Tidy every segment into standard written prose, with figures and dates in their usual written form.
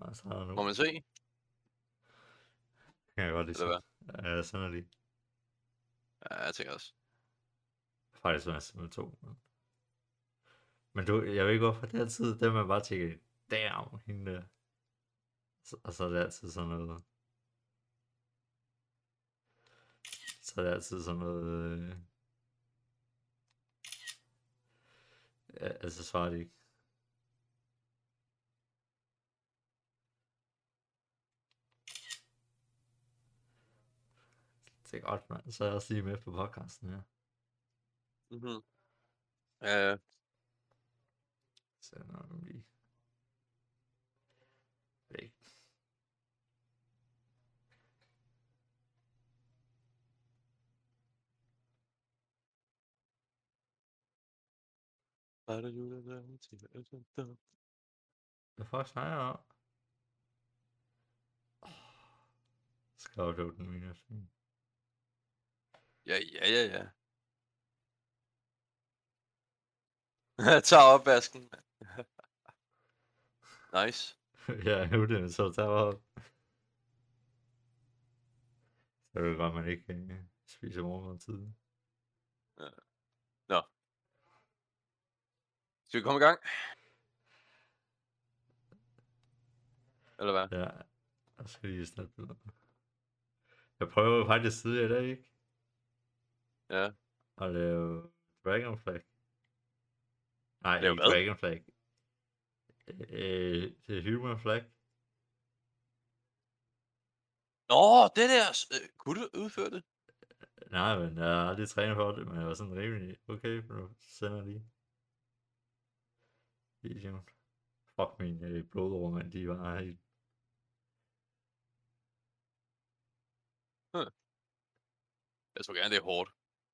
Jeg starter nu. Må man se? Kan jeg godt lige Eller se. hvad? Ja, sådan er lige. Ja, jeg tænker også. Faktisk var jeg simpelthen 2. Men du, jeg ved ikke hvorfor, det er altid det, man bare tænker, damn, hende der. Og så er det altid sådan noget. Så er det altid sådan noget. Ja, altså svarer de ikke. Det er godt, mand. Så er jeg også lige med på podcasten her. Mhm. Så når nu lige. Væk. Hvad er det nu, der er til? Hvad fuck snakker jeg om? Skal jeg uploade den mine film? Ja. Jeg tager opvasken. Nice. Ja, nu er det så der var. Så er det godt, man ikke spiser morgenmad tidligt. Ja. Nå. Skal vi komme i gang? Eller hvad? Ja, jeg skal lige snappe billeder. Jeg prøver jo faktisk tidligere i dag, ikke? Ja. Og lave Dragon Flag. Nej, Lave ikke hvad? Dragon Flag. Det er Human Flag. Nå, det der. Kunne du udføre det? Nej, men jeg har aldrig trænet for det, men jeg var sådan rimelig okay, for nu sender jeg lige videoen. Fuck mine blodår, mand, de var helt. Jeg tror gerne, det er hårdt.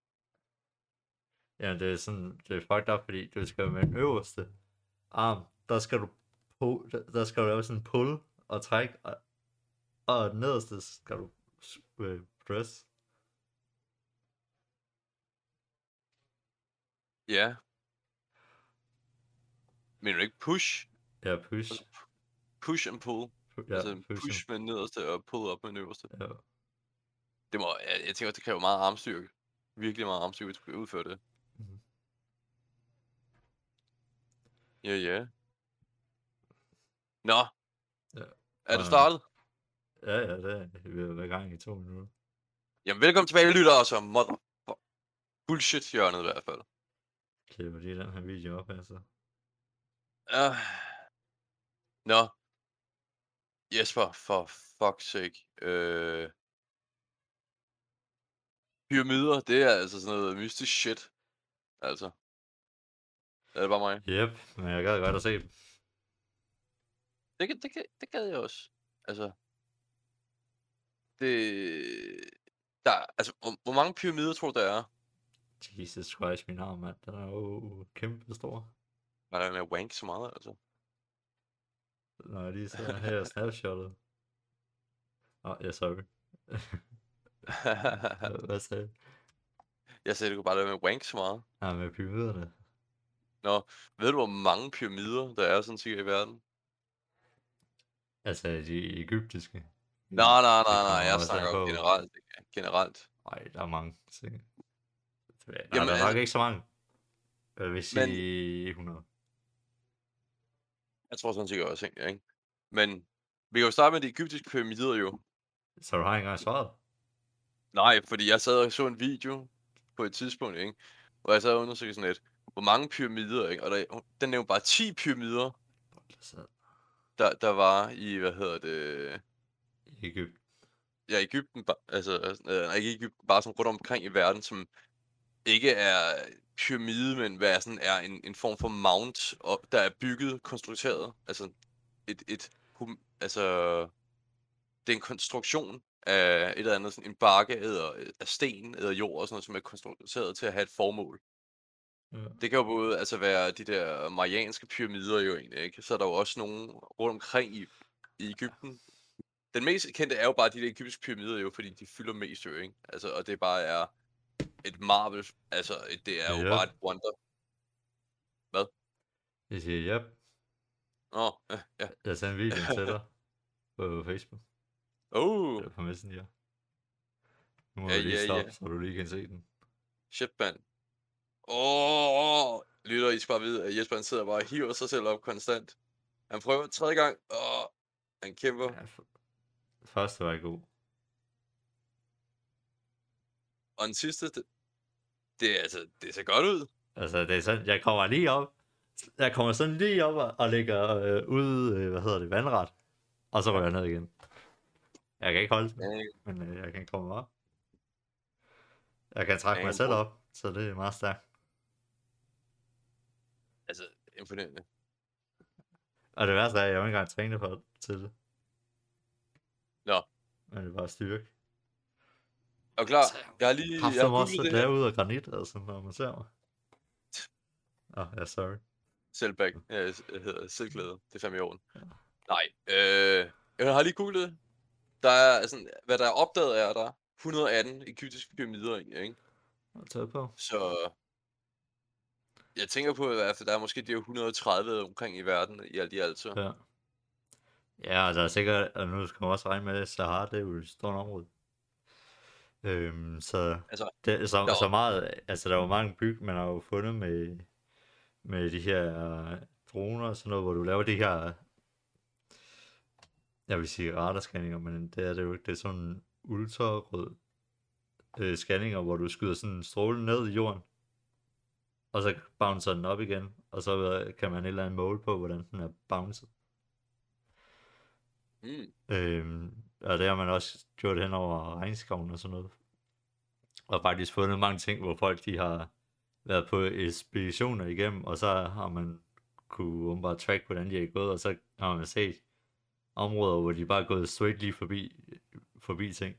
Ja, det er sådan, det er fucked up, fordi du skal med den øverste arm, der skal du der skal du lave sådan en pull og træk, og den nederste skal du press. Ja. Men du ikke push? Ja, push. Altså, push and pull. Ja, Altså push med den nederste og pull op med den øverste. Ja. Det må, jeg tænker, det kræver meget armstyrke. Virkelig meget armstyrke, hvis du kan udføre det. Mhm. Ja. Nå. Ja. Er du startet? Ja, det er vi har været i gang i 2 minutter. Jamen, velkommen tilbage, lyttere, som mother bullshit-hjørnet i hvert fald. Klipper lige den her video op, altså. Nå. Jesper, for fuck's sake. Pyramider, det er altså sådan noget mystisk shit. Altså. Er det bare mig? Yep, men jeg gad godt at se dem. Det gad jeg også. Altså. Altså, hvor mange pyramider tror du, der er? Jesus Christ, min arm, mand. Den er jo kæmpe stor. Nej, der er med wank så meget, altså. Når jeg lige ser her snapshottet. Ja, sorry. Hvad sagde du? Jeg sagde, du kunne bare lade med wank så meget. Nej, med pyramiderne. Nå, ved du, hvor mange pyramider, der er sådan cirka i verden? Altså, de egyptiske. Nej, jeg også snakker om på. generelt. Nej, der er mange ting. Nej, Jamen, der er nok altså, ikke så mange. Jeg vil sige 100. Jeg tror sådan set også, ikke? Men vi kan jo starte med de egyptiske pyramider jo. Så du har ikke engang svaret? Nej, fordi jeg sad og så en video på et tidspunkt, ikke? Hvor jeg sad og undersøgte sådan lidt, hvor mange pyramider, ikke? Og den nævnte bare 10 pyramider, der var i, Egypten. Ja, Egypten, altså, nej, ikke Egypten, bare sådan rundt omkring i verden, som ikke er pyramide, men hvad er en form for mount, der er bygget, konstrueret. Altså, altså, det er en konstruktion af et eller andet, sådan en bakke af sten eller jord og sådan noget, som er konstrueret til at have et formål. Ja. Det kan jo både altså være de der marianske pyramider jo egentlig, ikke? Så er der jo også nogle rundt omkring i Egypten. Den mest kendte er jo bare de der egyptiske pyramider jo, fordi de fylder mest jo, ikke? Altså, og det bare er et marvel, altså det er jo bare et wonder. Hvad? Jeg siger, yep. Nå, ja. Jeg sendte videoen til dig. på Facebook. Eller på Messenger. Nu må Ja, vi lige ja, stoppe, ja. så du lige kan se den. Shit, mand. Lytter, I skal bare vide, at Jesper han sidder bare og hiver sig selv op konstant. Han prøver 3. gang. Han kæmper. Ja, første var god. Og den sidste, det ser godt ud. Altså, det er sådan, jeg kommer lige op. Jeg kommer sådan lige op og ligger ude, vandret. Og så rører jeg ned igen. Jeg kan ikke holde den, Ja, men jeg kan komme op. Jeg kan trække ja, mig han selv bruger- op, så det er meget stærkt. Altså, imponerende. Og det værste er, at jeg jo ikke engang træner for til det. Nå, Men det er bare styrke. er du klar? Jeg har lige Haft jeg har dem også googlet det her. lavet ud af granit, altså, når man ser mig. Ja, sorry. Selvbæk. Jeg hedder selvglæde. Det er fandme i orden. Ja. Nej, jeg har lige googlet det. Der er sådan, hvad der er opdaget er, der 118 egyptiske pyramider i, ikke? At tage på. Så jeg tænker på, at der er måske de her 130 omkring i verden i alt så. Ja. Ja, og der er sikkert, og nu skal man også regne med, at Sahara, det er jo et stort område. Så Altså, det er så meget, altså der var mange byg, man har jo fundet med de her droner og sådan noget, hvor du laver de her, jeg vil sige radarscanninger, men det er det jo ikke, det er sådan ultrarød scanninger, hvor du skyder sådan en stråle ned i jorden, og så bouncer den op igen, og så kan man et eller andet måle på, hvordan den er bounced. Og det har man også gjort hen over regnskoven og sådan noget. Og faktisk fundet mange ting, hvor folk de har været på ekspeditioner igennem, og så har man kunne bare track, hvordan de er gået, og så har man set områder, hvor de bare er gået straight lige forbi ting.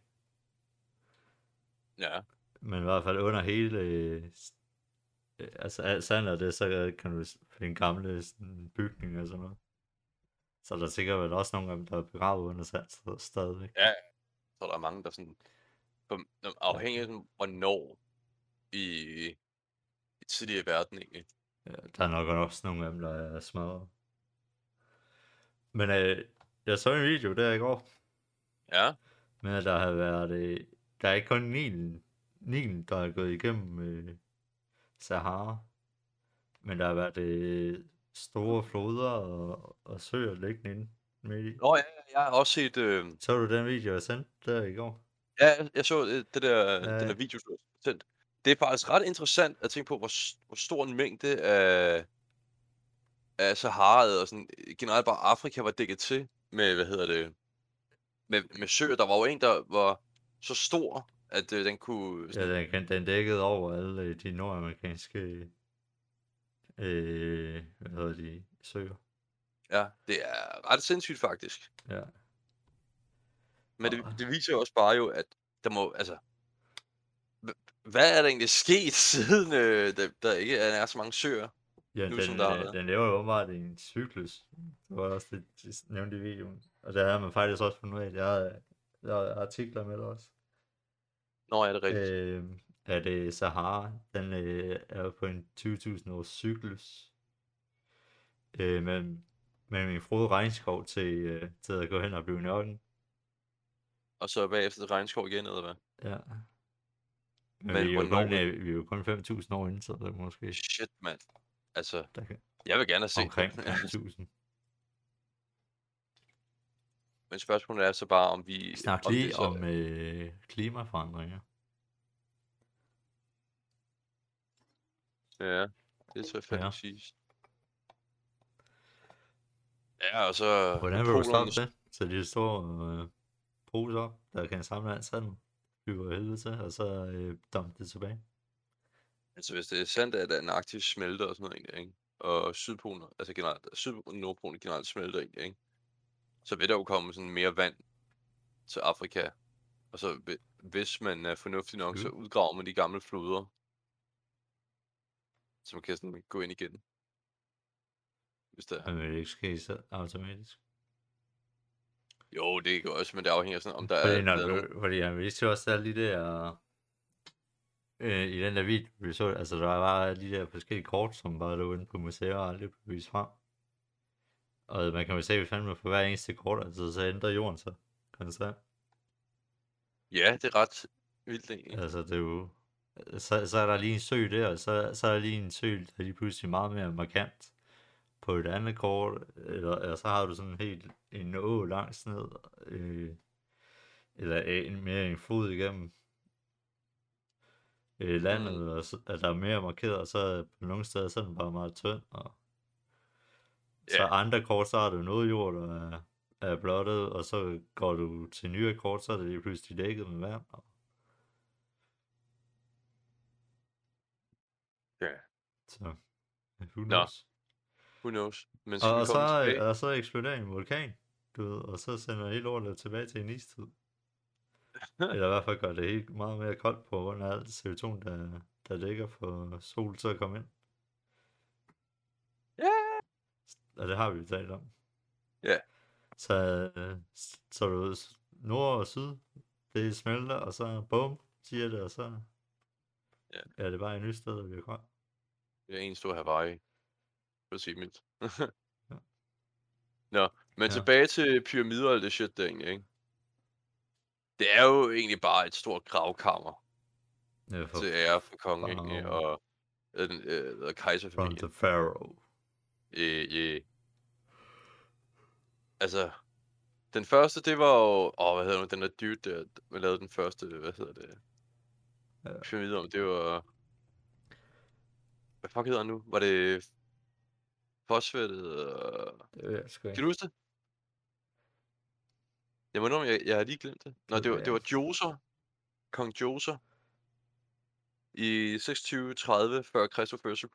Ja. Men i hvert fald under hele altså sand og det, så kan du finde gamle sådan, bygninger og sådan noget. Så der er sikkert vel også nogle af dem, der er begravet under sand stadigvæk. Ja, så der er mange, der sådan, afhængig af sådan, hvornår i tidligere verden egentlig. Ja, der er nok også nogle af dem, der er smadret. Men jeg så en video der i går, Ja, med at der har været, der er ikke kun Nilen, der er gået igennem Sahara, men der har været store floder og søer liggende inde midt i. ja, jeg har også set, Så du den video, jeg sendte der i går? ja, jeg så den der Ja. video, du har sendt. Det er faktisk ret interessant at tænke på, hvor stor en mængde af Saharaet og sådan generelt bare Afrika var dækket til med, med søer. Der var jo en, der var så stor, at den kunne... Ja, den dækkede over alle de nordamerikanske søer. Ja, det er ret sindssygt faktisk. Ja. Men det viser jo også bare jo, at der må, altså... Hvad er der egentlig sket, siden der ikke er så mange søer? Ja, nu, som der har været? den lever jo åbenbart i en cyklus. Det var også det, de nævnte i videoen. Og der havde man faktisk også fundet ud af, at jeg har artikler med det også. Nå, er det rigtigt? At Sahara, den er på en 20.000 års cyklus. Mellem en frodig regnskov til at gå hen og blive en ørken. Og så bagefter regnskov igen, eller hvad? Ja. Men Men vi er jo kun 5.000 år inden, så det er måske... Shit, mand. Altså, Der kan... jeg vil gerne have set omkring det. 5.000. Men spørgsmålet er så bare, om vi... Snak lige om klimaforandringer. Ja, det tror jeg fandme Ja. siges. Ja, og så... Hvordan vil du stoppe det? Så de store poser, der kan samle alt sand, flyver helvede til, og så dumpe det tilbage. Altså, hvis det er sandt, at Antarktis smelter og sådan noget, egentlig, ikke? Og Sydpolen, altså generelt, Sydpolen og Nordpolen generelt smelter egentlig, ikke? Så vil der jo komme sådan mere vand til Afrika. Og så hvis man er fornuftig nok, så udgraver man de gamle floder. Så man kan sådan gå ind igen. Hvis det er. Men vil det ikke ske så automatisk? Jo, det kan også, men det afhænger sådan, om der Fordi han viste jo også alle de der... I den der video, vi så, altså der var de der forskellige kort, som bare lå inde på museer og aldrig blev vist frem. Og man kan jo se, fandme for hver eneste kort, altså så ændrer jorden sig konstant. Ja, det er ret vildt egentlig. Altså det er jo... Så er der lige en sø der, og så er der lige en sø, der er lige pludselig meget mere markant på et andet kort, eller så har du sådan helt en å langs ned, eller mere en flod igennem landet, og så er der mere markeret, og så på nogle steder så er den bare meget tynd, og så Ja, andre kort, så har du noget jord, der er blottet, og så går du til nye kort, så er det lige pludselig dækket med vand. ja. Så, who Nå, knows? who knows. Men skal vi Og komme tilbage? så eksploderer en vulkan, du ved, og så sender hele lortet tilbage til en istid. Eller i hvert fald gør det helt meget mere koldt på grund af alt CO2, der ligger for sol til at komme ind. Ja. Og det har vi jo talt om. Ja. Så du nord og syd, det smelter, og så bum, siger det, og så er det bare et nyt sted, der bliver koldt. Det er en stor Hawaii. For at sige mildt. Ja. Nå, men Ja. tilbage til pyramider og alt det shit der egentlig, ikke? Det er jo egentlig bare et stort gravkammer til ære for kongen, egentlig, og From kejserfamilien. the pharaoh. Altså, den første, det var jo... hvad hedder den der dude der, man lavede den første, hvad hedder det? Pyramide om, det var... Hvad fuck hedder han nu? Var det... Fosfættet? Kan du huske det? Jeg må indrømme, jeg har lige glemt det. Nå, det var Djoser. Kong Djoser. I 2630 før Kristus fødsel.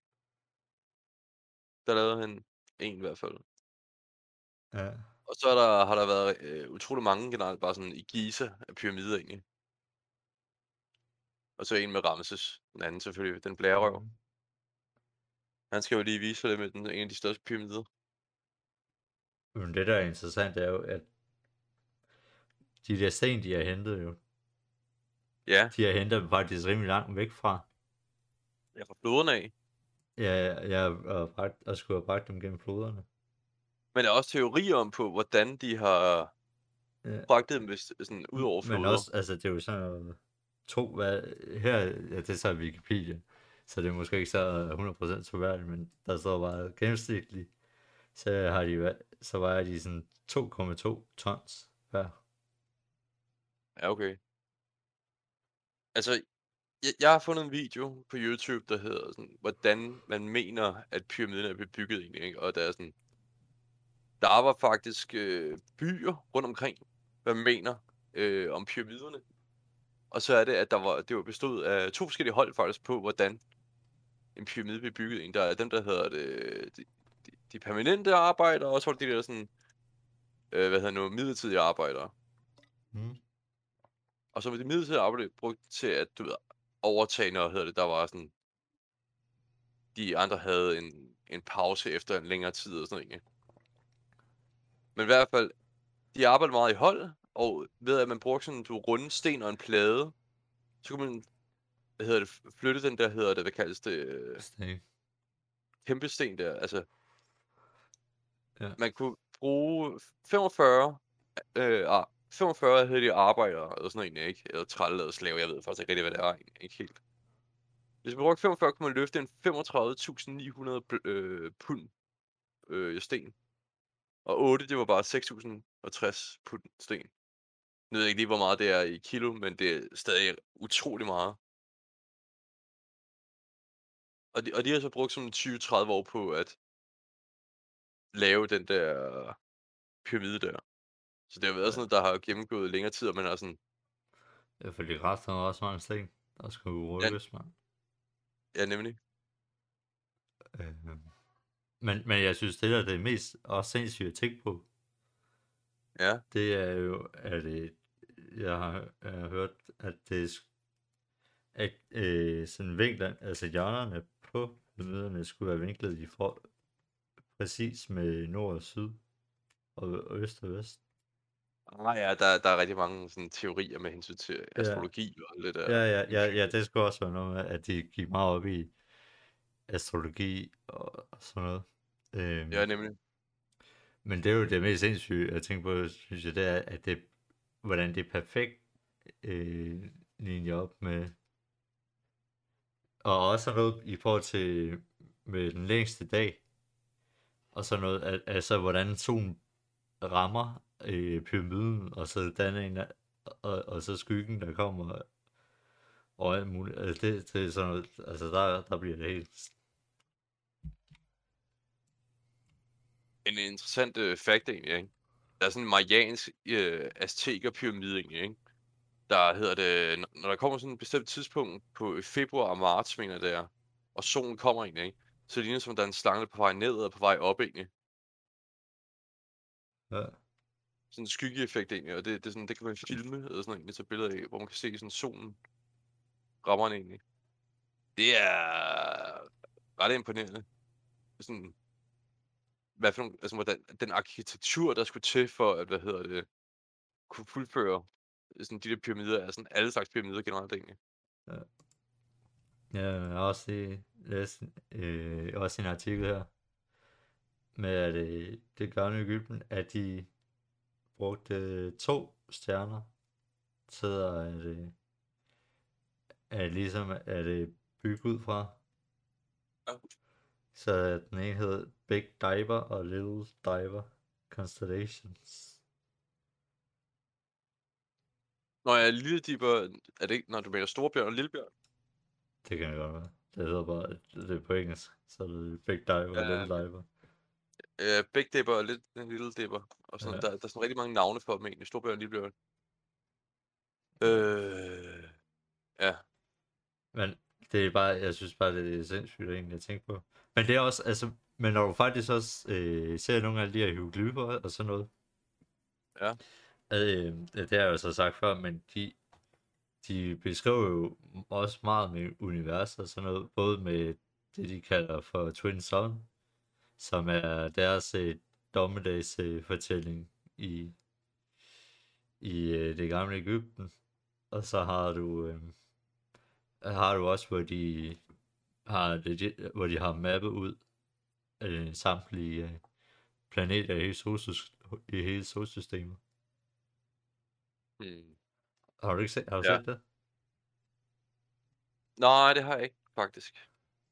Der lavede han en i hvert fald. Ja. Og så har der været utrolig mange generelt, bare sådan i Giza af pyramider egentlig. Og så en med Ramses. Den anden selvfølgelig, den blærerøv. Han skal jo lige vise det med en af de største pyramider. Men det der er interessant, er jo, at de der sten, de har hentet jo, Ja. de har hentet dem faktisk rimelig langt væk fra. Ja, fra floderne af. Ja, og skulle have bragt dem gennem floderne. Men der er også teorier om på, hvordan de har bragtet dem sådan ud over floder. Men også, altså det er jo sådan her, ja, det er Wikipedia, så det er måske ikke så 100% troværdigt, men der står bare gennemsnitligt, så vejer de sådan 2,2 tons hver. Ja, okay. Altså, jeg har fundet en video på YouTube, der hedder sådan, hvordan man mener, at pyramiden er blevet bygget egentlig, ikke? Og der er sådan, der var faktisk byer rundt omkring, hvad man mener om pyramiderne. Og så er det, at det var bestået af 2 forskellige hold faktisk på, hvordan en pyramide blev bygget. En, der er dem, der hedder det, de permanente arbejdere, og så var det de der sådan, midlertidige arbejdere. Og så var de midlertidige arbejdere brugt til at, overtage, når der var sådan, de andre havde en pause efter en længere tid og sådan noget. Men i hvert fald, de arbejdede meget i hold, og ved at man brugte sådan en runde sten og en plade, så kunne man, flytte den der, hvad kaldes det? Kæmpe sten der, altså. Ja. Man kunne bruge 45 havde de arbejdere, eller sådan noget, ikke? Eller trælle eller slave, jeg ved faktisk ikke rigtig, hvad det er, ikke helt. Hvis man brugte 45, kunne man løfte en 35.900 pund sten. Og 8, det var bare 6.060 pund sten. Nu ved jeg ikke lige, hvor meget det er i kilo, men det er stadig utrolig meget. Og de har så brugt sådan 20-30 år på at lave den der pyramide der. Så det har været sådan, der har gennemgået længere tid, og man har sådan... Ja, for de kræfter var også mange sten, der skulle rykkes, mand. Ja, nemlig. Men jeg synes, det der er det mest også sindssygt at tænke på. Ja. Det er jo, at jeg har hørt, at det at sådan vinkler, altså hjørnerne på pyramiderne skulle være vinklet i præcis med nord og syd og øst og vest. Ja, der er rigtig mange sådan teorier med hensyn til astrologi og alt det der. Ja, det skulle også være noget med, at de gik meget op i astrologi og sådan noget. Ja, nemlig. Men det er jo det mest sindssyge, jeg tænker på, synes jeg, det er, at det, hvordan det er perfekt linje op med, og også noget i forhold til med den længste dag, og så noget, altså hvordan solen rammer pyramiden, og så danner en, og så skyggen, der kommer, og alt muligt. Altså det er sådan noget, altså der bliver det helt... En interessant fact egentlig, ikke? Der er sådan en mariansk aztekerpyramide egentlig, ikke? Der hedder det, når der kommer sådan et bestemt tidspunkt på februar og marts, mener jeg det er, og solen kommer egentlig, ikke? Så ligner det som, der er en slange på vej ned og på vej op egentlig. Ja. Sådan en skyggeeffekt egentlig, og det er sådan, det kan man filme eller sådan noget, tage billeder af, hvor man kan se sådan solen rammer den egentlig. Det er ret imponerende. Sådan, hvad for nogle, altså hvordan, den arkitektur, der skulle til for at, kunne fuldføre sådan de der pyramider, er sådan alle slags pyramider generelt egentlig. Ja. Ja, jeg har også læst også en artikel her, med at det gamle Egypten, at de brugte 2 stjerner til at ligesom at bygge ud fra. Ja. Så den ene hed Big Diver og Little Diver Constellations. Når jeg er lille dipper, er det ikke, når du mener storebjørn og lillebjørn? Det kan jeg godt være. Det hedder bare, det er på engelsk, så er det Big Diver og Little Diver. Big Dipper og Little Dipper, og sådan, Ja. der er sådan rigtig mange navne for dem egentlig, storebjørn og lillebjørn. Ja. Men det er bare, jeg synes bare, det er sindssygt egentlig at tænke på. Men det er også, altså, men når du faktisk også ser nogle af de her hieroglyffer og sådan noget, Ja. det har jeg jo så sagt før, men de beskriver jo også meget med universet og sådan noget, både med det, de kalder for Twin Sun, som er deres dommedagsfortælling i det gamle Egypten. Og så har du også, hvor de har mappet ud samtlige planeter i hele solsystemet. Har du set det? Nej, det har jeg ikke, faktisk.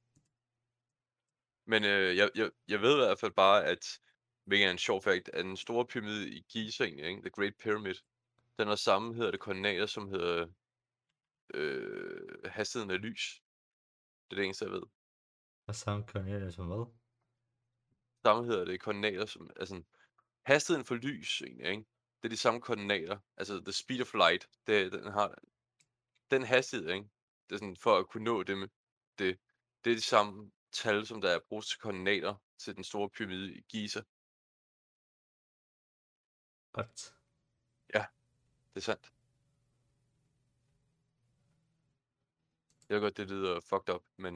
Men jeg ved i hvert fald bare, at, hvilket er en sjov fact, at den store pyramide i Giza egentlig, ikke? The Great Pyramid, den har samme, hedder det, koordinater, som hedder hastigheden af lys. Det er det eneste, jeg ved. Og samme koordinater som hvad? Samme hedder det koordinater, som, altså hastigheden for lys egentlig, ikke? Det er de samme koordinater, altså the speed of light, den har den hastighed, ikke? Det er sådan, for at kunne nå det er de samme tal, som der er brugt til koordinater til den store pyramide i Giza. What? Ja, det er sandt. Jeg ved godt, det lyder fucked up, men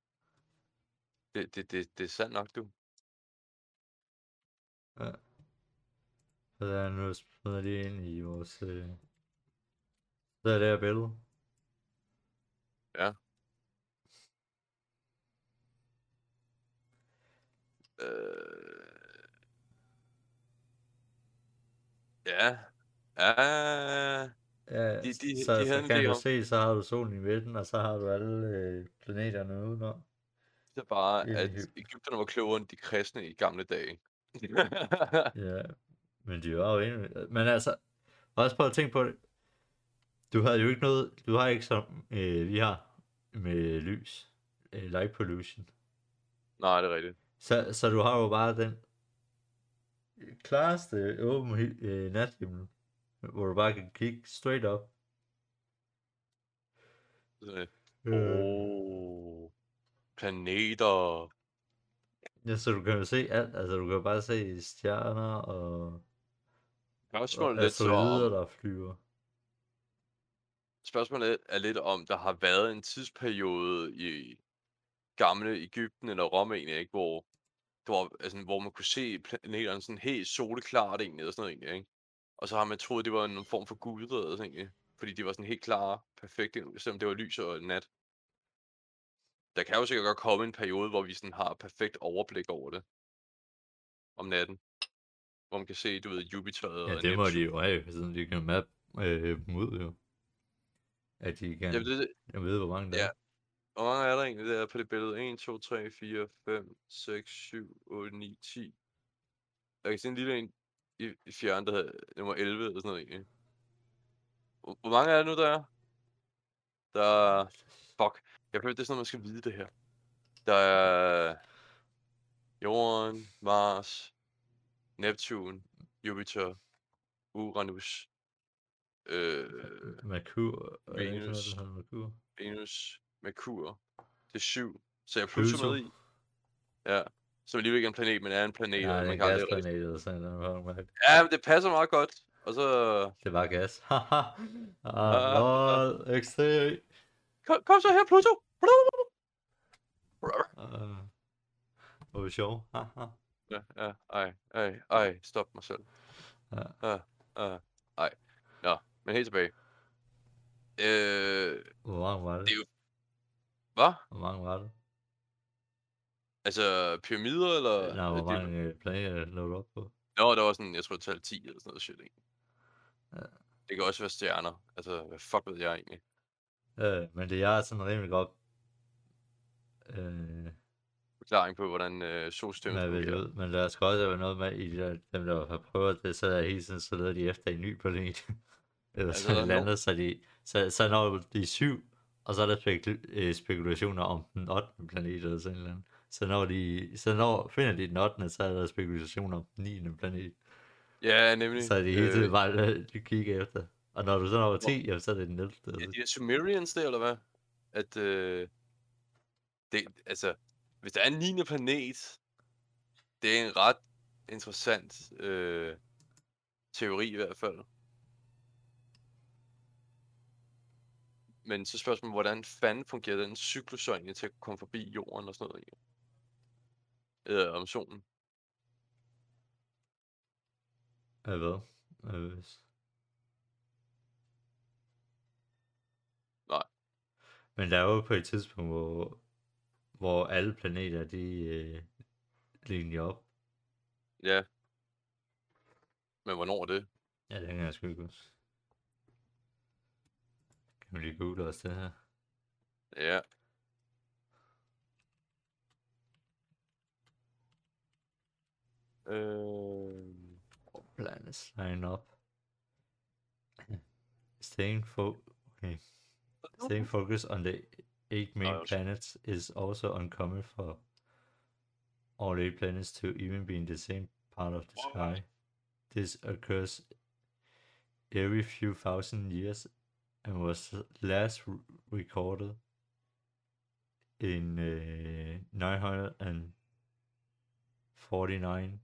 det er sandt nok, du. Ja. Så der er nu smider lige ind i vores... Så er det her billede. Ja. Ja. Ja. Ja, De så havde en kan idé du om, se, så har du solen i midten, og så har du alle planeterne udenom. det bare, Inde i at Egypten. Egypterne var klogere end de kristne i gamle dage. Ja, men de var jo endnu... Men altså, også prøv at tænke på det. Du har jo ikke noget... Du har ikke som vi har med lys. Light pollution. Nej, det er rigtigt. Så du har jo bare den klareste åben nathimmel, hvor du bare kan kigge straight up. Planeter. Ja, så du kan jo se alt. Altså, du kan jo bare se stjerner og Spørgsmålet er lidt så asteroider, om, der flyver. spørgsmålet er lidt om, der har været en tidsperiode i gamle Egypten eller Rom egentlig, ikke? Hvor, det var, altså, hvor man kunne se planeterne sådan helt soleklart egentlig, eller sådan noget egentlig, ikke? Og så har man troet, det var en form for gud, eller sådan egentlig. Fordi de var sådan helt klare, perfekte, selvom det var lys og nat. Der kan jo sikkert godt komme en periode, hvor vi sådan har perfekt overblik over det. Om natten. hvor man kan se, du ved, Jupiter Ja, og det må de Neptun. jo have, sådan de kan map dem ud jo. At de Jamen, kan jeg ved, hvor mange der ja. er. Hvor mange er der egentlig der på det billede? 1, 2, 3, 4, 5, 6, 7, 8, 9, 10. Jeg kan se en lille en i fjern, der hedder nummer 11 eller sådan noget egentlig. Hvor mange er det nu, der er? Der er... Fuck. Jeg føler, det er sådan noget, man skal vide det her. Der er Jorden, Mars, Neptun, Jupiter, Uranus, Merkur, er det ikke sådan noget, Venus, der hedder Merkur? Venus, Merkur. Det er 7. Så jeg Pluto Pluto. med i. Ja. Som alligevel ikke er en planet, men er en planet, Ja, og det er man en kan aldrig rigtig... gasplanet eller sådan noget. Ja, men det passer meget godt. Og så... Det var gas. Haha. Uh, Lol. XD. kom så her, Pluto! Hvor er sjov. Haha. Ja, ej, stop mig selv. Ja. Ej. Nå, men helt tilbage. Hvor mange var det? Det er jo... Hvad? Hvor mange var det? Altså, pyramider, eller... Nej, hvor mange planeter lå du op på? Nå, der var sådan, jeg tror, det talte 10 eller sådan noget shit, ikke? Ja. Det kan også være stjerner. Altså, hvad fuck ved jeg egentlig? Men det er sådan rimelig godt Forklaring på, hvordan solsystemet med fungerer. ud. Men der skal også være noget med i de der, dem, der har prøvet det, så er hele tiden, så leder de efter en ny planet. Eller Altså, sådan et eller andet, så når de er 7, og så er der spekulationer om den 8. planet eller sådan noget. Så når finder de den 8., så er der spekulationer om den 9. planet. Ja, nemlig. Så er det hele tiden bare, du kigger efter. Og når du så når 10, jamen, så er det den 11. Ja, de der Sumerians der, eller hvad? At, det, altså, hvis der er en 9. planet, det er en ret interessant teori i hvert fald. Men så spørgsmålet, hvordan fanden fungerer den cyklus så egentlig til at komme forbi jorden og sådan noget egentlig? Om solen. Ja, hvad? Nej. Men der er jo på et tidspunkt, hvor alle planeter, de linjer op. Ja. Men hvornår er det? Ja, det kan jeg sgu ikke huske. Kan vi lige google os det her? Ja. Planets line up. Staying focused on the 8 main planets is also uncommon for all 8 planets to even be in the same part of the sky. This occurs every few thousand years and was last recorded in 949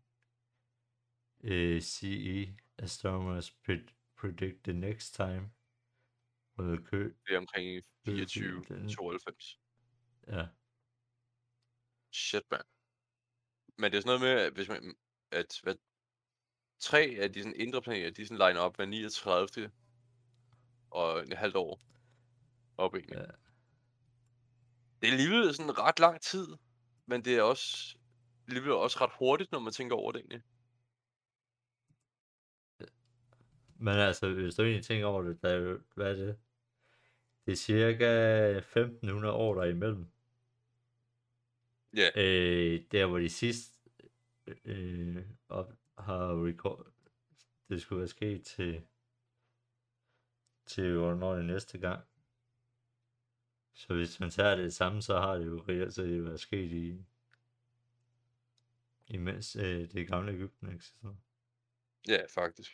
CE. Astronomers predict the next time will occur. Det er omkring 24-92. Ja. Shit, man. Men det er sådan noget med, hvis man, at 3 af de sådan indre planeter, de sådan line op med 39. og en halvt år op egentlig. Ja. Det er alligevel sådan ret lang tid, men det er også alligevel også ret hurtigt, når man tænker over det egentlig. Men altså, hvis du egentlig tænker over det, der er jo, hvad er det? Det er cirka 1500 år der imellem. Ja. Der hvor de sidst har det skulle være sket til hvornår det næste gang. Så hvis man tager det samme, så har det jo reelt set været sket imens det gamle Egypten eksisterer. Ja, faktisk.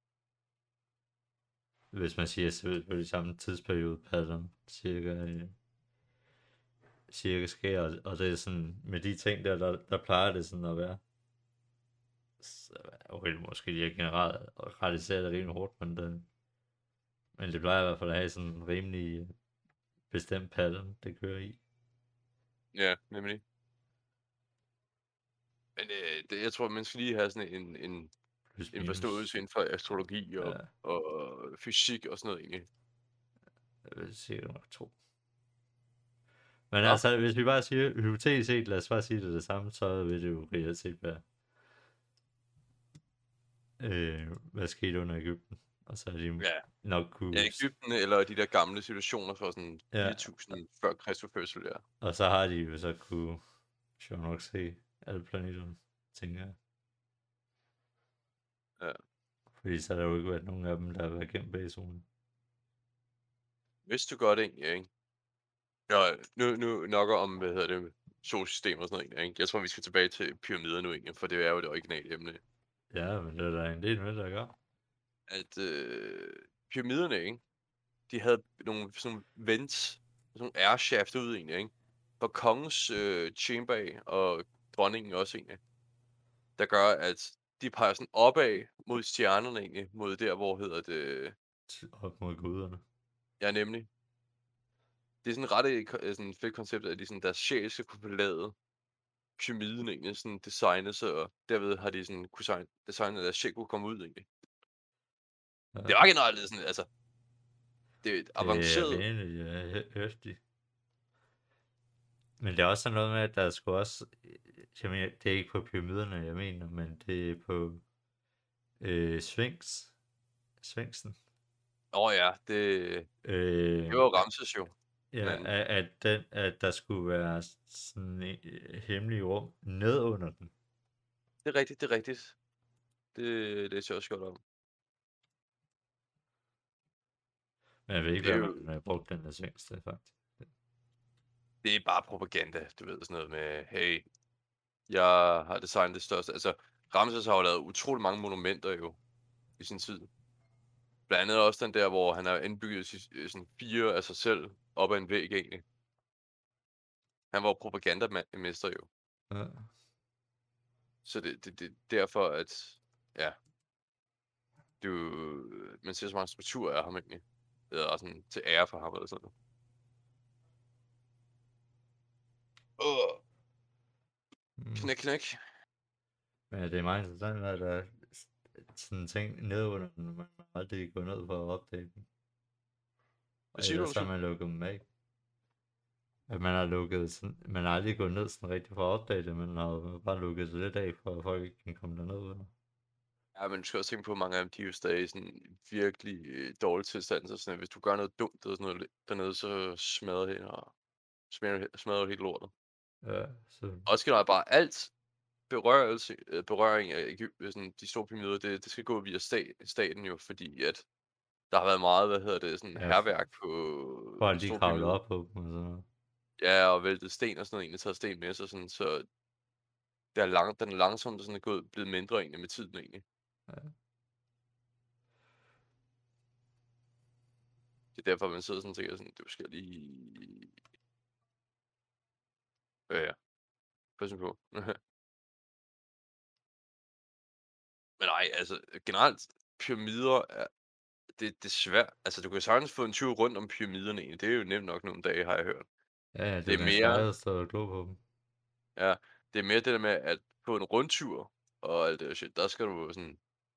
Hvis man siger selvfølgelig samme tidsperiode pattern, cirka sker, og det er sådan, med de ting der plejer det sådan at være. Okay, måske de er generaliseret det rimelig hårdt, men det plejer i hvert fald at have sådan en rimelig bestemt pattern, det kører i. Ja, nemlig. Men jeg tror, man skal lige have sådan en forståelse inden for astrologi og fysik og sådan noget egentlig. Jeg vil sige nok 2. Men altså, hvis vi bare siger, hypotetisk set, lad os bare sige det samme, så vil det jo reelt set være hvad skete under Egypten. Og så er de Ja. nok kunne... Ja, Egypten eller de der gamle situationer fra sådan Ja, 4000 før Kristus fødsel, ja. og så har de jo så kunne sjovt nok se alle planeterne, tænker jeg. Ja. Fordi så har der jo ikke været nogen af dem, der har været gennem bagzonen. Vidste du godt egentlig, ikke? Ja, nu nok om, solsystemet og sådan noget, egentlig, ikke? Jeg tror, vi skal tilbage til pyramider nu, egentlig, for det er jo det originale emne. Ja, men det er der en del med, der gør. At pyramiderne, ikke? De havde nogle sådan nogle vents, sådan nogle airshaft ud, egentlig, ikke? For kongens chamber af, og dronningen også, egentlig. Der gør, at de peger sådan opad mod stjernerne, egentlig, mod der, hvor Op mod guderne. ja, nemlig. Det er sådan ret sådan fedt koncept, at de sådan, deres sjæl skal kunne forlade pyramiden egentlig, sådan designet, så derved har de sådan kunne designet, at deres sjæl kunne komme ud egentlig. Ja. Det var generelt sådan, altså, det er et Det er avanceret, rimelig hæftigt. Men det er også sådan noget med, at der skulle også... Jeg mener, det er ikke på pyramiderne, jeg mener, men det er på Sphinxen. ja, det var jo Ramses jo, Ja, men at der skulle være sådan et hemmeligt rum ned under den. det er rigtigt, det er rigtigt. Det læser jeg også godt om. Men jeg ved ikke, Det er hvad jo, man har brugt den der Sphinx til, faktisk. det er bare propaganda, du ved, sådan noget med, hey, jeg har designet det største, altså, Ramses har jo lavet utrolig mange monumenter jo, i sin tid. Blandt andet også den der, hvor han har indbygget sådan 4 af sig selv op ad en væg egentlig. Han var jo propagandamester jo. Ja. Så det er derfor, at ja, du, man ser så mange strukturer af ham egentlig. Eller også sådan til ære for ham eller sådan noget. Knæk, knæk. Men det er meget interessant, at der er sådan ting ned under den, man aldrig går ned for at opdage dem. Hvad Og siger du, ellers har undskyld? man lukket dem af. At man har lukket sådan, man har aldrig gået ned sådan rigtig for at opdage det, men har bare lukket sig lidt af, for at folk ikke kan komme derned under. Ja, men du skal også tænke på, at mange af dem, de er jo stadig i sådan virkelig dårlig tilstand. Så sådan, at hvis du gør noget dumt eller sådan noget dernede, så smadrer du helt lortet. Ja, så... Også generelt bare alt berøring af sådan, de store pyramider, det skal gå via staten jo, fordi at der har været meget, sådan Ja, hærværk på folk de de store kravler pyramider. op på dem og sådan noget. Ja, og væltet sten og sådan noget, egentlig taget sten med sig, sådan, så den er langsomt sådan blevet mindre egentlig med tiden egentlig. Ja. Det er derfor, man sidder sådan og tænker sådan, det skal lige... Ja, pas på. Men nej, altså generelt, pyramider det er svært. Altså, du kan sagtens få en tur rundt om pyramiderne egentlig. Det er jo nemt nok nogle dage, har jeg hørt. Ja, Det det er er mere, svært at stå og glo på dem. ja, det er mere det der med at på en rundtur og alt det der shit, der skal du sådan,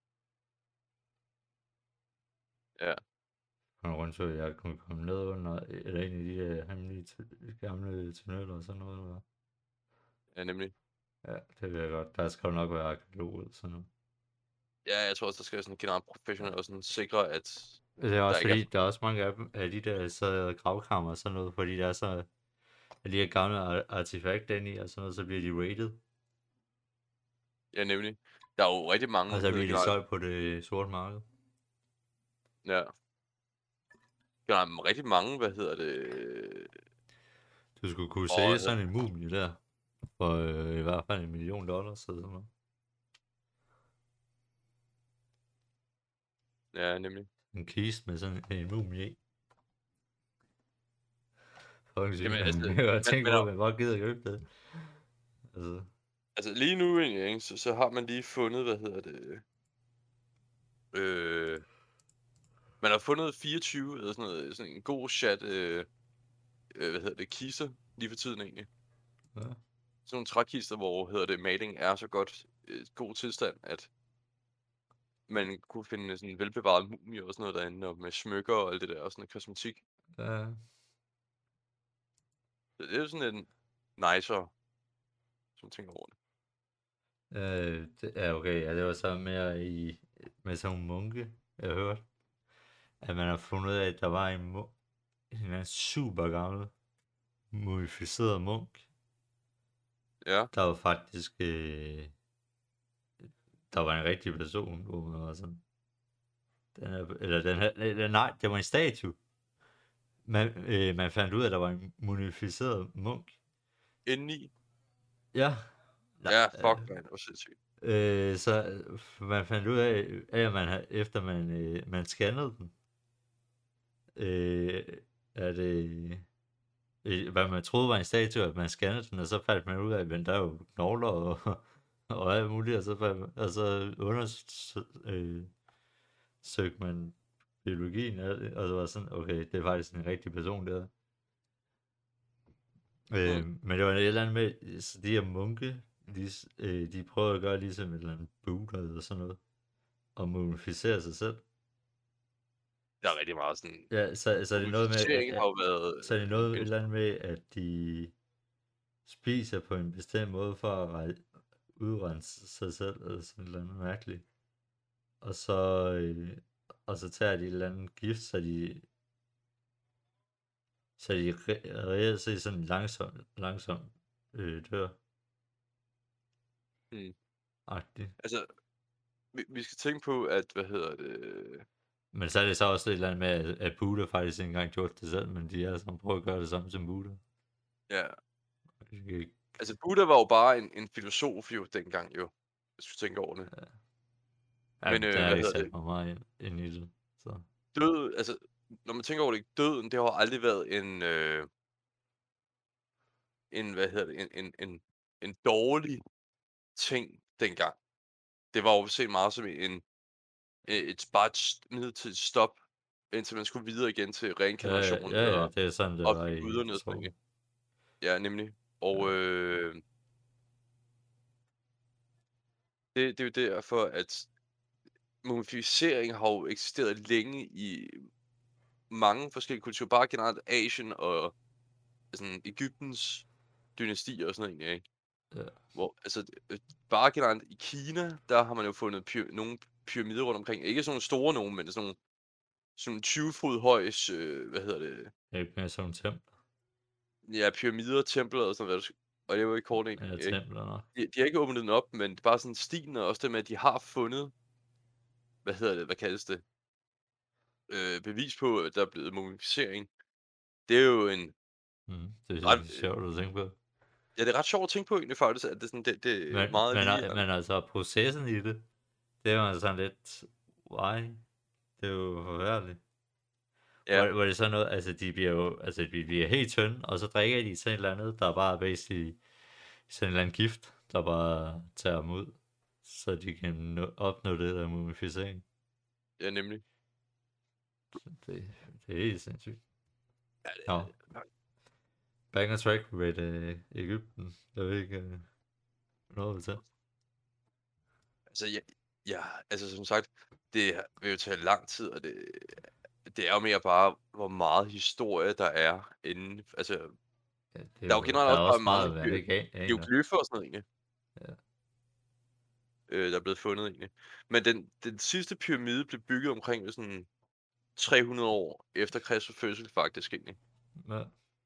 ja, På en rundtur, jeg kunne komme ned under, eller ind i de hemmelige gamle tunneller og sådan noget. Eller? ja nemlig. Ja, det vil jeg godt. Der skal jo nok være arkeolog ud sådan noget. Ja, jeg tror også, der skal sådan generelt professionelt og sådan sikre, at Det er der også ikke er... fordi, der er også mange af dem, af de der så gravkammer og sådan noget, fordi der er så, af de her gamle artefakter inde i og sådan noget, så bliver de rated. Ja, nemlig. Der er jo rigtig mange, Og så bliver de generelt, solgt på det sorte marked. ja. Der er rigtig mange, Du skulle kunne og sælge sådan en mumie der, for i hvert fald $1 million eller sådan noget. ja, nemlig. En kiste med sådan en mumie i. Fucking sygt, Jamen, man. altså, Jeg har tænkt på, men, at man bare gider købe det. Altså, altså lige nu egentlig, ikke, så har man lige fundet, man har fundet 24 eller sådan noget, sådan en god chat, kister lige for tiden egentlig. ja. Sådan nogle trækister, hvor, maling er så godt, god tilstand, at man kunne finde sådan en velbevaret mumie og sådan noget derinde, og med smykker og alt det der, og sådan noget kosmetik. Ja. Så det er jo sådan en nicer, som tænker over det. Det er okay, ja, det var så mere med sådan nogle munke, jeg har hørt, at man har fundet ud af, at der var en eller anden super gammel, mumificeret munk, Ja. der var faktisk, der var en rigtig person, hvor man var sådan, nej, det var en statue. Man fandt ud af, at der var en mumificeret munk. Indeni. Ja. Ja, fuck, man. Hvor sindssygt. Så man fandt ud af, at efter man scannede den, at hvad man troede var en statue, at man scannede den, og så fandt man ud af, at der er jo knogler og alt muligt, og så undersøgte man biologien af det, og så var sådan, okay, det er faktisk en rigtig person der. Men det var et eller andet med, så de her munke, de prøver at gøre ligesom et eller andet Buddha eller sådan noget, og mumificere sig selv. Der er rigtig meget sådan... Ja, så er det noget med, Mumificering har jo været... så er det noget et eller andet med, at de spiser på en bestemt måde for at udrense sig selv, eller sådan et eller andet mærkeligt. Og så tager de et eller andet gift, så de reelt set sådan langsomt dør. Agtigt. Altså, vi skal tænke på, at, hvad hedder det... Men så er det så også et eller andet med, at Buddha faktisk ikke engang gjort det selv, men de alle sammen prøver at gøre det samme som Buddha. Ja. Okay. Altså, Buddha var jo bare en filosof jo dengang jo, hvis vi tænker over det. Ja. Men der er ikke sat mig meget ind i det. Så. Død, altså, når man tænker over det, døden, det har aldrig været en dårlig ting dengang. Det var jo set meget som bare et midlertidigt stop, indtil man skulle videre igen til reinkarnation. Ja, det er sådan, det var i guderne. Ja, nemlig. Og det er jo derfor, at mumificering har jo eksisteret længe i mange forskellige kulturer, bare generelt Asien og sådan Egyptens dynastier og sådan noget, ikke? Ja. Hvor, altså, bare generelt i Kina, der har man jo fundet nogle pyramider rundt omkring. Ikke sådan nogle store nogen, men sådan nogle 20 fod højs, hvad hedder det? Ikke mere sådan nogle templer. Ja, pyramider, templer og sådan noget. Og det var ikke kort, ikke? Ja, templer nok. De har ikke åbnet den op, men det er bare sådan stilen, og også det med, at de har fundet, hvad kaldes det? Bevis på, at der er blevet mumificering. Det er jo en... det er sjovt at tænke på. Ja, det er ret sjovt at tænke på egentlig faktisk, at det er sådan, det er meget lige... Men altså, processen i det, det er jo sådan lidt, why? Det er jo forfærdeligt. Ja. Hvor det er sådan noget, altså de bliver helt tynde, og så drikker de sådan et eller andet, der er bare basically sådan en eller anden gift, der bare tager dem ud, så de kan opnå det der mumificering. Ja, nemlig. Det er helt sindssygt. Ja, det er... Back on track med Egypten. Jeg ved ikke, noget til. Altså, altså som sagt, det vil jo tage lang tid, og det er jo mere bare, hvor meget historie der er inden. Altså, ja, der er jo generelt også bare mange geoglyffer og sådan noget, egentlig. Ja. Der er blevet fundet, egentlig. Men den sidste pyramide blev bygget omkring sådan 300 år efter Kristi fødsel, faktisk, egentlig. Ja.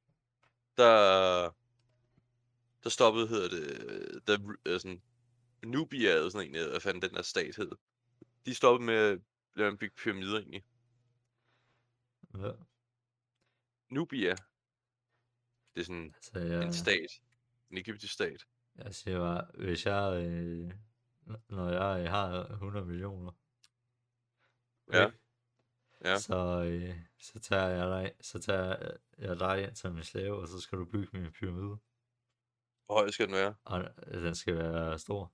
Der stoppede, hedder det, sådan Nubia, eller sådan egentlig, hvad fanden den der stat hed. De stoppede med at lave en bygge pyramider, egentlig. Ja. Nubia. Det er sådan en stat. En egyptisk stat. Jeg siger bare, hvis jeg, når jeg har 100 millioner, okay? Ja. Så tager jeg dig ind som en slave, og så skal du bygge min pyramide. Hvor høj skal den være? Og den skal være stor.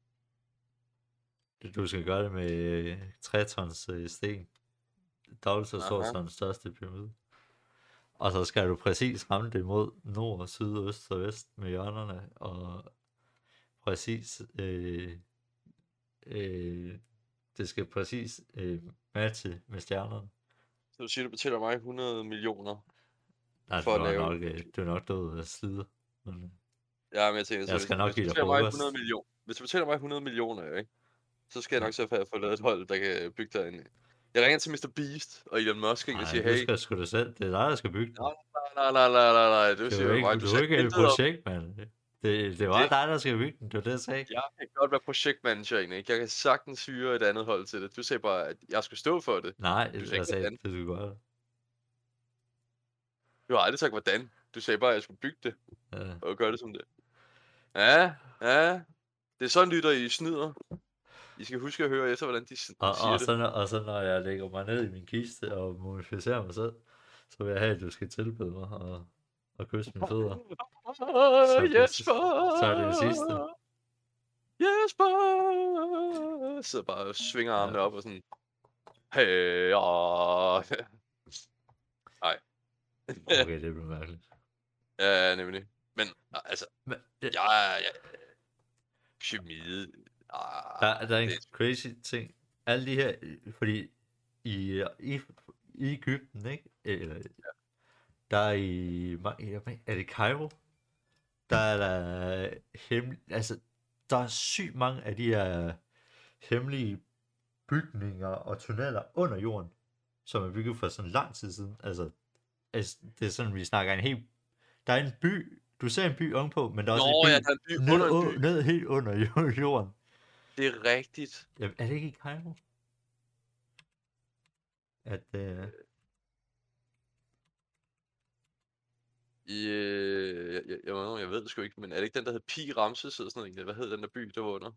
Du skal gøre det med 3 tons sten. Dobbelt så stor som den største pyramide. Og så skal du præcis ramme det mod nord, syd, øst og vest med hjørnerne. Og præcis... det skal præcis matche med stjernerne. Så du siger, du betaler mig 100 millioner? Nej, for at lave... du er nok død af slide. Men... Ja, men jeg tænker, jeg skal nok give dig Hvis du betaler mig 100 millioner, ikke? Så skal jeg Ja. nok sørge for, at jeg får lavet et hold, der kan bygge derinde. Jeg ringer til Mr. Beast og Elon Musk og Nej, siger, du hey. skal sgu da selv. Det er dig, der skal bygge den. Nej, du Det siger var jo ikke, mig. Du du er sagde ikke et intet om projekt, mand. Det var det. dig, der skal bygge den. Det var det, jeg sagde. Jeg kan godt være projektmanager, ikke? Jeg kan sagtens hyre et andet hold til det. Du sagde bare, at jeg skulle stå for det. Nej, Du sagde jeg ikke, sagde, hvordan. det skulle gøre det. Du har aldrig sagt, hvordan. Du sagde bare, at jeg skulle bygge det Ja. og gøre det som det. Ja. Det er sådan, lytter I snyder. I skal huske at høre efter, hvordan de siger det. Og så når jeg lægger mig ned i min kiste og mumificerer mig selv, så vil jeg have, at du skal tilbede mig og kysse mine fødder. Så er det det sidste. Jesper! Så bare svinger armene op og sådan. Hey, nej. Okay, det bliver mærkeligt. Ja, nemlig. Men altså, Men, jeg pyramide. der er en crazy ting. Alle de her, fordi i Egypten, ikke? Eller, der er er det Cairo? Der er altså, der er sygt mange af de her hemmelige bygninger og tunneller under jorden, som er bygget for sådan lang tid siden. Altså det er sådan, vi snakker der er en by, du ser en by ovenpå, men der er også der er en by under en by. ned helt under jorden. Det er rigtigt. Jamen, er det ikke i Cairo? At, jeg ved det sgu ikke, men er det ikke den, der hed Pi Ramses eller sådan noget? Hvad hed den der by, der var under?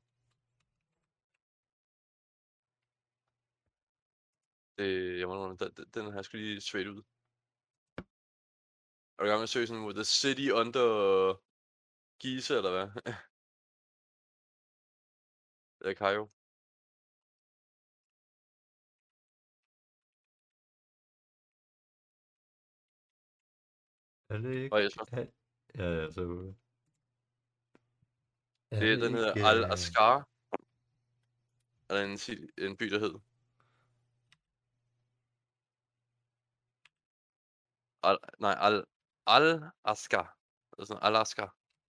Den har jeg sgu lige svært ud. Er du gang med at søge sådan, The City Under Giza, eller hvad? Det er Cairo. er det ikke? Og Jesper. Ja, så... Den hedder Al-Asqar. Er der en by, der hed? Al-Asqar. Altså Al-Asqar.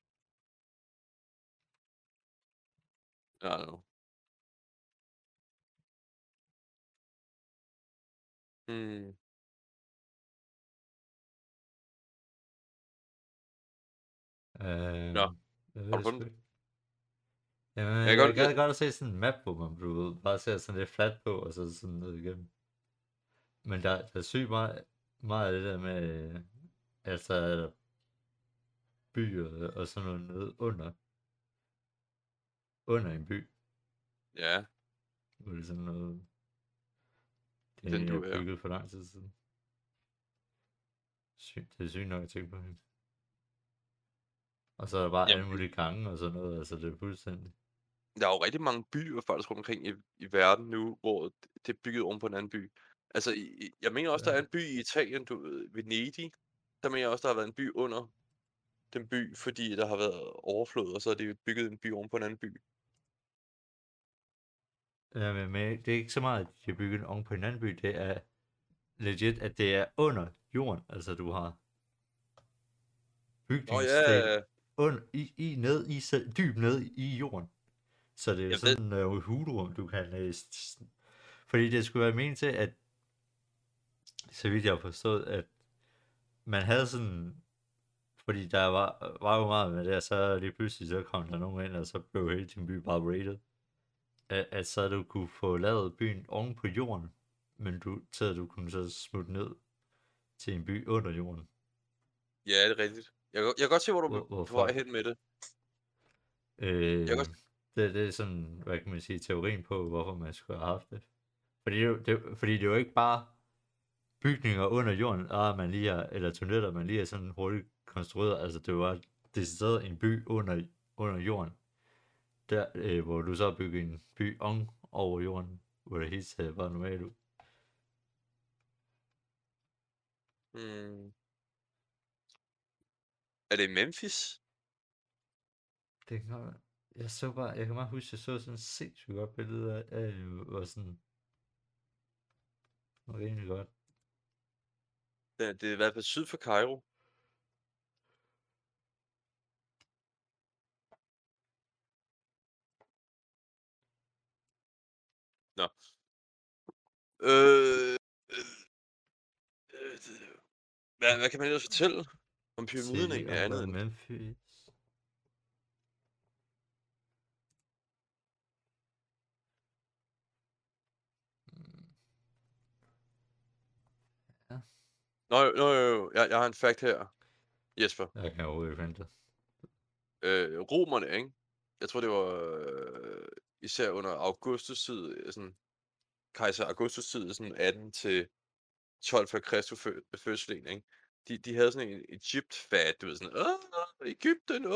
I don't know. Nå, har du fundet det? Jamen, jeg gad godt at se sådan en map, hvor man bare ser sådan lidt fladt på, og så sådan noget igennem. Men der er sygt meget af det der med, altså er der byer og sådan noget nede under en by. Ja. Hvor det er sådan noget, det Den du er bygget for lang tid siden. Det er sygt nok at tænke på hende. Og så er der bare alle mulige gange og sådan noget, altså det er fuldstændig. Der er jo rigtig mange byer faktisk rundt omkring i verden nu, hvor det er bygget oven på en anden by. Altså, jeg mener også, der er en by i Italien, Venedig. Der mener jeg også, der har været en by under den by, fordi der har været overflod, og så er det bygget en by oven på en anden by. Ja, men det er ikke så meget, at de har bygget oven på en anden by, det er legit, at det er under jorden, altså du har bygningssted dybt ned i jorden. Så det er sådan en hulrum, du kan fordi det skulle være meningen til, at så vidt jeg har forstået, at man havde sådan, fordi der var jo meget med det, og så lige pludselig så kom der nogen ind, og så blev hele din by bare raided. At så du kunne få lavet byen oven på jorden, men du kunne så smutte ned til en by under jorden. Ja, det er rigtigt. Jeg kan godt se, hvor du er på vej hen med det. Det er sådan, hvad kan man sige, teorien på, hvorfor man skulle have haft det. Fordi det er jo ikke bare bygninger under jorden, man lige har, eller tunneller, man lige er sådan hurtigt konstrueret. Altså det var decideret en by under jorden. Der, hvor du så bygger en by over jorden, hvor det hele ser bare normalt ud. Er det Memphis? Det kan godt være. Jeg kan bare huske, jeg så sådan et sindssygt godt billede af hvor sådan, var rimelig godt. Det er i hvert fald syd for Cairo. Nå. Øh, øh, hvad kan man ellers fortælle om pyramiden City egentlig under andet end... Memphis. Mm, Ja, Jo, jeg har en fact her, Jesper. jeg kan overhovedet ikke vente. Romerne, ikke? Jeg tror, det var især under Augustus tid, sådan kejser Augustus tid, sådan 18 til 12 før Kristus fødsel, ikke? De havde sådan en Egypt-fat, du ved, sådan, Egypten,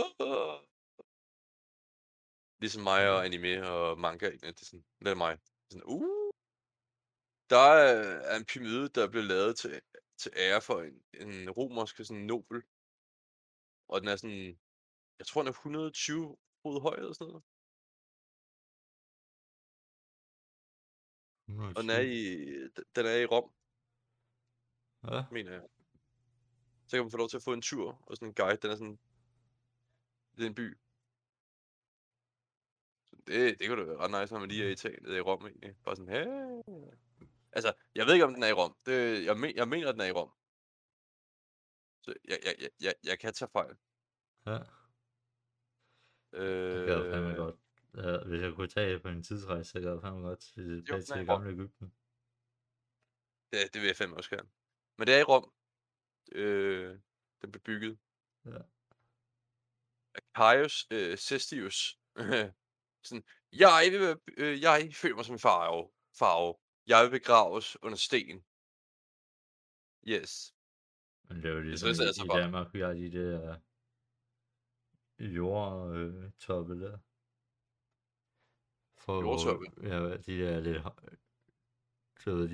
ligesom mig og anime og manga, ikke? Det er sådan, det er mig. Sådan, der er en pyramide, der blev lavet til ære for en romersk sådan nobel, og den er sådan, jeg tror, den er 120 fod høj eller sådan noget. Og den er 120. den er i Rom, Ja, mener jeg. Så kan man få lov til at få en tur og sådan en guide. Den er sådan, det er en by. Så det kunne da være ret nice, når man lige er i Italien, i Rom egentlig. Bare sådan, hey. Altså, jeg ved ikke, om den er i Rom. Jeg mener, at den er i Rom. Så jeg kan tage fejl. ja. Jeg gad fandme godt. Ja, hvis jeg kunne tage på en tidsrejse, så gad jeg fandme godt tilbage til det gamle Egypten. Det vil jeg fandme også gerne. Men det er i Rom. Den blev bygget. Ja. Caius Cestius. Sådan, jeg føler mig som en farve. Jeg vil begraves under sten. Yes. Men det er jo Det ligesom synes jeg altså i bare. Danmark, vi har de der jordtoppe der. For Jordtoppe? ja, de der lidt, du ved,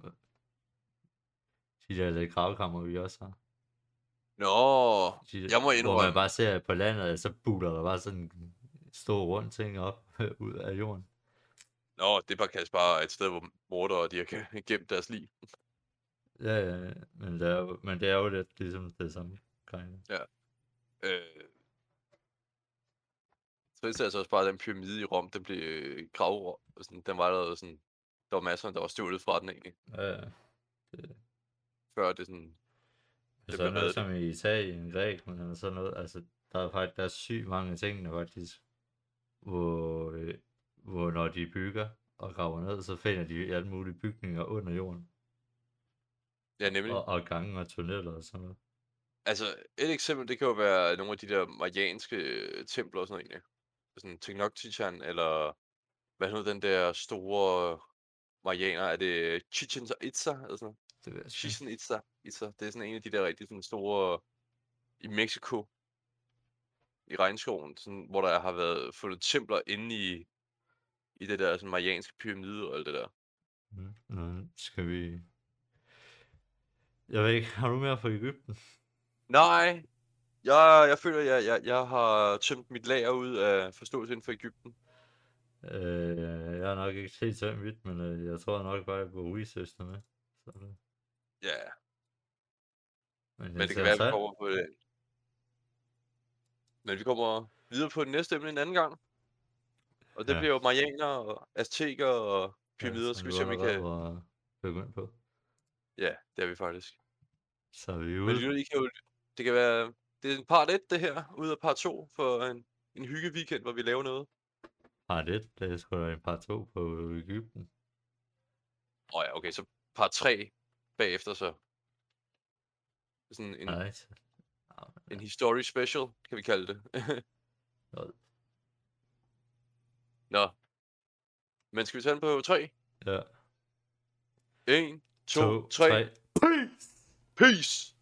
de der lidt gravkammer, vi også har. Nå, jeg må Hvor man indrømme. bare ser på landet, så buler der bare sådan en stor rund ting op ud af jorden. Nå, det er bare kanskje bare et sted, hvor mordere de har gemt deres liv. Ja, men det er jo lidt ligesom det samme. Ja. Så det er altså også bare den pyramide i Rom, den blev gravet, sådan, den var der sådan, der var masser, der var stjålet fra den egentlig, Ja, før det sådan, det det er blev noget reddet. som i Italien, Grækenland eller sådan noget. Altså, der er sygt mange ting, faktisk, hvor når de bygger og graver ned, så finder de alle mulige bygninger under jorden. Ja, nemlig. Og gange og tunneller og sådan noget. Altså, et eksempel, det kan jo være nogle af de der marianske templer og sådan noget egentlig. Sådan Tenochtitlan, eller hvad hedder den der store marianer? Er det Chichen Itza? Eller sådan noget? Det ved jeg sgu ikke. Chichen Itza. Det er sådan en af de der rigtig sådan store i Mexico, i regnskoven, sådan, hvor der har været fundet templer inde i det der sådan marianske pyramide og alt det der. Nu skal vi... Jeg ved ikke, har du mere fra Egypten? Nej, jeg føler, jeg har tømt mit lager ud af forståelse inden for Egypten. Jeg har nok ikke helt tømt mit, men jeg tror nok bare, jeg går research med. Sådan. Ja, Men men det kan være, at vi kommer på det. Men vi kommer videre på det næste emne en anden gang. Og det bliver jo marianer og azteker og pyramider, skal vi se, om vi kan... begynde på. Ja, det er vi faktisk. Så er vi ude. Men det kan være... Det er en part 1, det her, ud af part 2 for en hygge weekend, hvor vi laver noget. Part 1, det er sgu da en part 2 på Egypten. Ja, okay, så part 3 bagefter så. Sådan en history special, kan vi kalde det. Nå. Men skal vi tage den på 3? Ja. 1, 2, 3. Peace! Peace!